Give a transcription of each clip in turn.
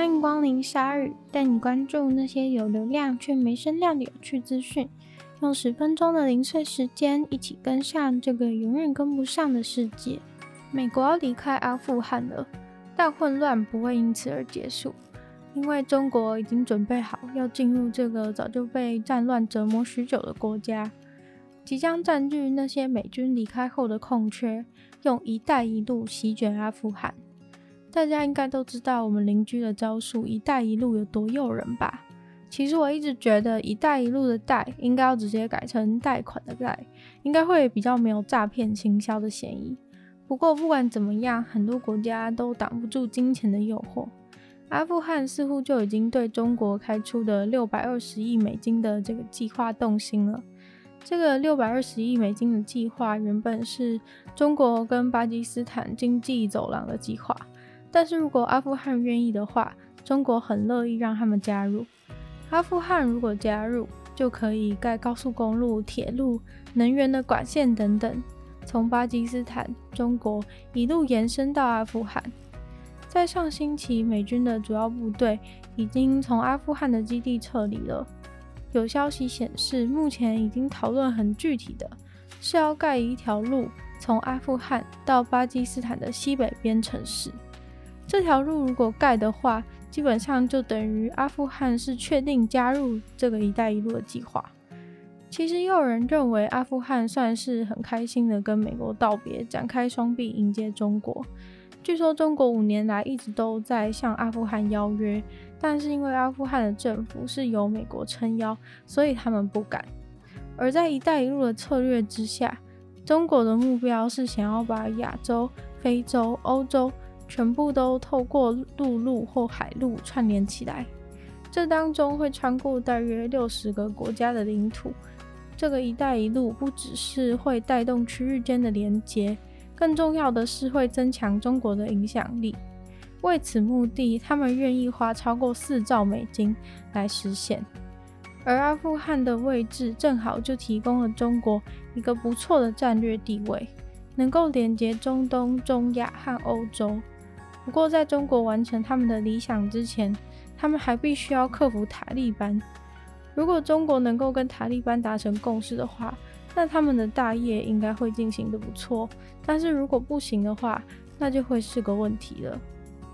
欢迎光临鲨鱼，带你关注那些有流量却没声量的有趣资讯。用10分钟的零碎时间，一起跟上这个永远跟不上的世界。美国要离开阿富汗了，但混乱不会因此而结束，因为中国已经准备好要进入这个早就被战乱折磨许久的国家，即将占据那些美军离开后的空缺，用一带一路席卷阿富汗。大家应该都知道我们邻居的招数一带一路有多诱人吧？其实我一直觉得一带一路的贷应该要直接改成贷款的贷，应该会比较没有诈骗行销的嫌疑。不过不管怎么样，很多国家都挡不住金钱的诱惑。阿富汗似乎就已经对中国开出的620亿美金的这个计划动心了。这个620亿美金的计划原本是中国跟巴基斯坦经济走廊的计划，但是如果阿富汗愿意的话，中国很乐意让他们加入。阿富汗如果加入，就可以盖高速公路、铁路、能源的管线等等，从巴基斯坦、中国一路延伸到阿富汗。在上星期，美军的主要部队已经从阿富汗的基地撤离了。有消息显示，目前已经讨论很具体的，是要盖一条路从阿富汗到巴基斯坦的西北边城市。这条路如果盖的话，基本上就等于阿富汗是确定加入这个一带一路的计划。其实也有人认为阿富汗算是很开心的跟美国道别，展开双臂迎接中国。据说中国5年来一直都在向阿富汗邀约，但是因为阿富汗的政府是由美国撑腰，所以他们不敢。而在一带一路的策略之下，中国的目标是想要把亚洲、非洲、欧洲全部都透过陆路或海路串联起来，这当中会穿过大约60个国家的领土。这个一带一路不只是会带动区域间的连结，更重要的是会增强中国的影响力。为此目的，他们愿意花超过4兆美金来实现。而阿富汗的位置正好就提供了中国一个不错的战略地位，能够连接中东、中亚和欧洲。不过在中国完成他们的理想之前，他们还必须要克服塔利班。如果中国能够跟塔利班达成共识的话，那他们的大业应该会进行得不错，但是如果不行的话，那就会是个问题了。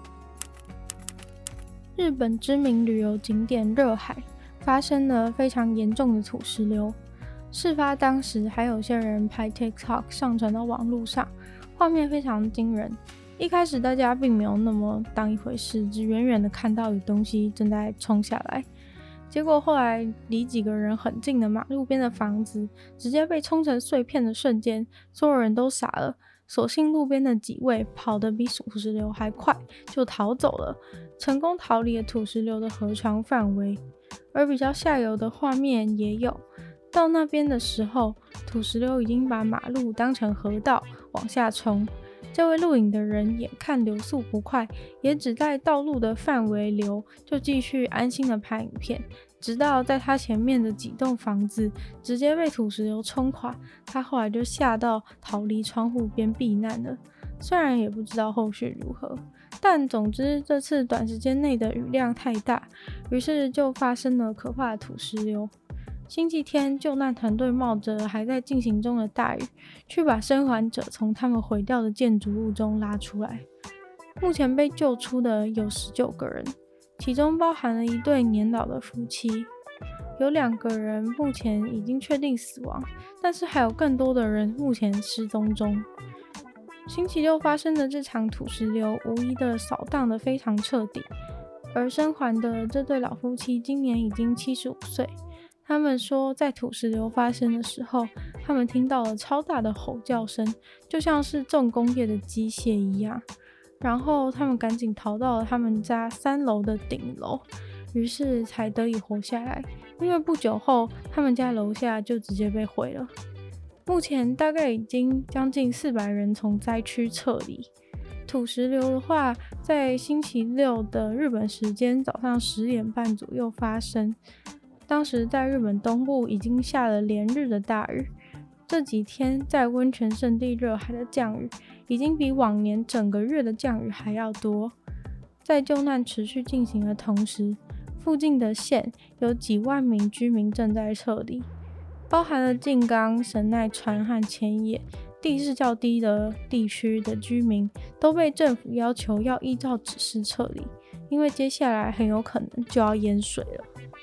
日本知名旅游景点热海发生了非常严重的土石流，事发当时还有些人拍 TikTok 上传到网络上，画面非常惊人。一开始大家并没有那么当一回事，只远远的看到有东西正在冲下来。结果后来离几个人很近的马路边的房子直接被冲成碎片的瞬间，所有人都傻了，所幸路边的几位跑得比土石流还快，就逃走了，成功逃离了土石流的河床范围。而比较下游的画面也有，到那边的时候，土石流已经把马路当成河道往下冲。这位录影的人眼看流速不快，也只在道路的范围流，就继续安心的拍影片，直到在他前面的几栋房子直接被土石流冲垮，他后来就吓到逃离窗户边避难了。虽然也不知道后续如何，但总之这次短时间内的雨量太大，于是就发生了可怕的土石流。星期天，救难团队冒着还在进行中的大雨，去把生还者从他们毁掉的建筑物中拉出来。目前被救出的有19个人，其中包含了一对年老的夫妻，有2个人目前已经确定死亡，但是还有更多的人目前失踪中。星期六发生的这场土石流无疑的扫荡得非常彻底，而生还的这对老夫妻今年已经75岁。他们说，在土石流发生的时候，他们听到了超大的吼叫声，就像是重工业的机械一样。然后他们赶紧逃到了他们家3楼的顶楼，于是才得以活下来。因为不久后，他们家楼下就直接被毁了。目前大概已经将近400人从灾区撤离。土石流的话，在星期六的日本时间早上10点半左右发生。当时在日本东部已经下了连日的大雨，这几天在温泉圣地热海的降雨已经比往年整个月的降雨还要多。 在救难持续进行的同时，附近的县有几万名居民正在撤离，包含了静冈、神奈川和千叶地势较低的地区的居民都被政府要求要依照指示撤离，因为接下来很有可能就要淹水了。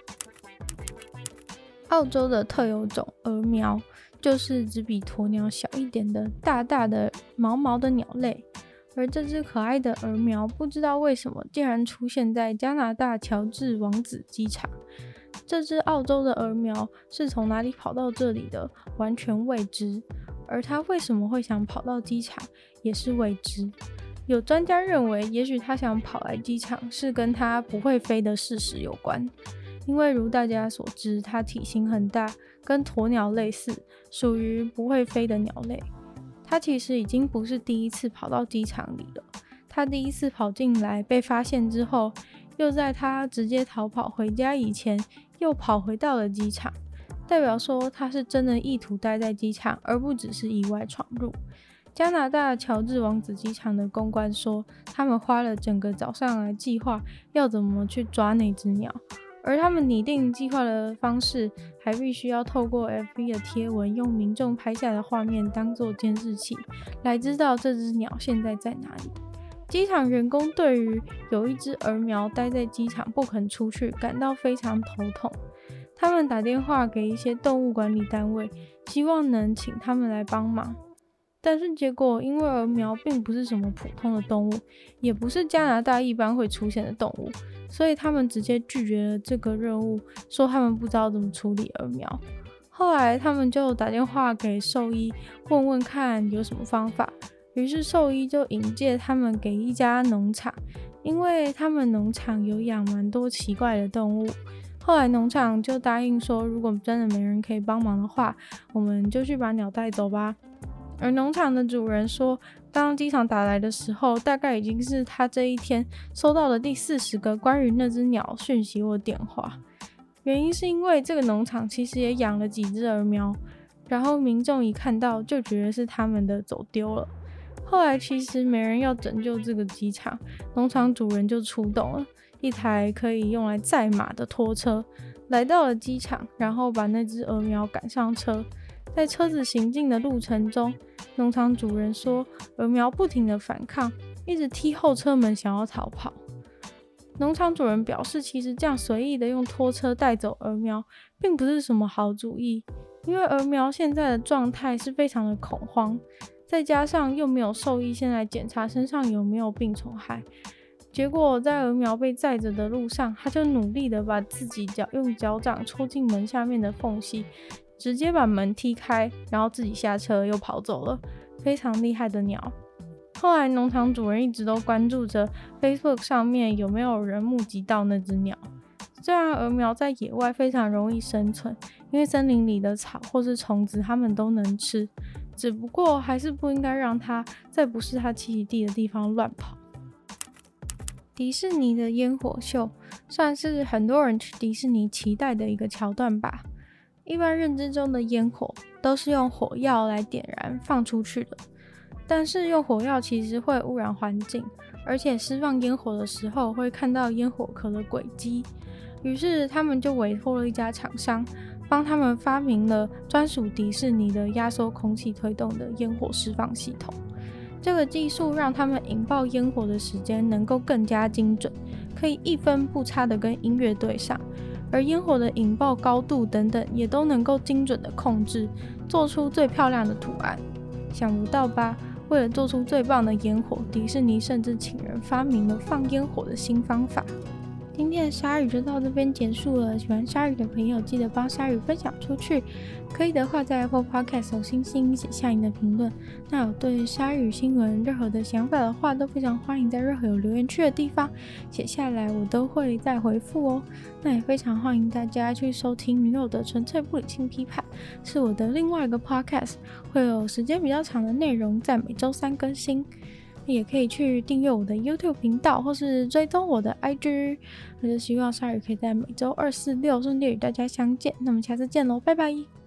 澳洲的特有种鹅苗就是只比鸵鸟小一点的大大的毛毛的鸟类，而这只可爱的鹅苗不知道为什么竟然出现在加拿大乔治王子机场。这只澳洲的鹅苗是从哪里跑到这里的完全未知，而它为什么会想跑到机场也是未知。有专家认为也许它想跑来机场是跟它不会飞的事实有关，因为如大家所知，它体型很大，跟鸵鸟类似，属于不会飞的鸟类。它其实已经不是第一次跑到机场里了，它第一次跑进来被发现之后，又在它直接逃跑回家以前又跑回到了机场，代表说它是真的意图待在机场，而不只是意外闯入。加拿大乔治王子机场的公关说，他们花了整个早上来计划要怎么去抓那只鸟，而他们拟定计划的方式还必须要透过 FB 的贴文，用民众拍下的画面当作监视器，来知道这只鸟现在在哪里。机场员工对于有一只鹅苗待在机场不肯出去感到非常头痛，他们打电话给一些动物管理单位，希望能请他们来帮忙。但是结果因为鹅苗并不是什么普通的动物，也不是加拿大一般会出现的动物，所以他们直接拒绝了这个任务，说他们不知道怎么处理鹅苗。后来他们就打电话给兽医，问问看有什么方法，于是兽医就引荐他们给一家农场，因为他们农场有养蛮多奇怪的动物。后来农场就答应说，如果真的没人可以帮忙的话，我们就去把鸟带走吧。而农场的主人说，当机场打来的时候，大概已经是他这一天收到的第40个关于那只鸟讯息或电话。原因是因为这个农场其实也养了几只鹅苗，然后民众一看到就觉得是他们的走丢了。后来其实没人要拯救这个机场，农场主人就出动了一台可以用来载马的拖车，来到了机场，然后把那只鹅苗赶上车。在车子行进的路程中，农场主人说，鹅苗不停地反抗，一直踢后车门想要逃跑。农场主人表示，其实这样随意的用拖车带走鹅苗并不是什么好主意，因为鹅苗现在的状态是非常的恐慌，再加上又没有兽医先来检查身上有没有病虫害。结果在鹅苗被载着的路上，他就努力的把自己用脚掌戳进门下面的缝隙，直接把门踢开，然后自己下车又跑走了，非常厉害的鸟。后来农场主人一直都关注着 Facebook 上面有没有人目击到那只鸟。虽然鹅苗在野外非常容易生存，因为森林里的草或是虫子它们都能吃，只不过还是不应该让它在不是它栖息地的地方乱跑。迪士尼的烟火秀算是很多人去迪士尼期待的一个桥段吧。一般认知中的烟火都是用火药来点燃放出去的，但是用火药其实会污染环境，而且释放烟火的时候会看到烟火壳的轨迹。于是他们就委托了一家厂商，帮他们发明了专属迪士尼的压缩空气推动的烟火释放系统。这个技术让他们引爆烟火的时间能够更加精准，可以一分不差的跟音乐对上，而烟火的引爆高度等等也都能够精准的控制，做出最漂亮的图案。想不到吧？为了做出最棒的烟火，迪士尼甚至请人发明了放烟火的新方法。今天的鲨鱼就到这边结束了，喜欢鲨鱼的朋友记得帮鲨鱼分享出去，可以的话在 Apple Podcast 有星星写下你的评论。那有对鲨鱼新闻任何的想法的话，都非常欢迎在任何有留言区的地方写下来，我都会再回复哦。那也非常欢迎大家去收听女友的纯粹不理性批判，是我的另外一个 podcast， 会有时间比较长的内容，在每周3更新。也可以去订阅我的 YouTube 频道，或是追踪我的 IG。我就希望鲨鱼可以在每周2、4、6顺利与大家相见。那么下次见喽，拜拜。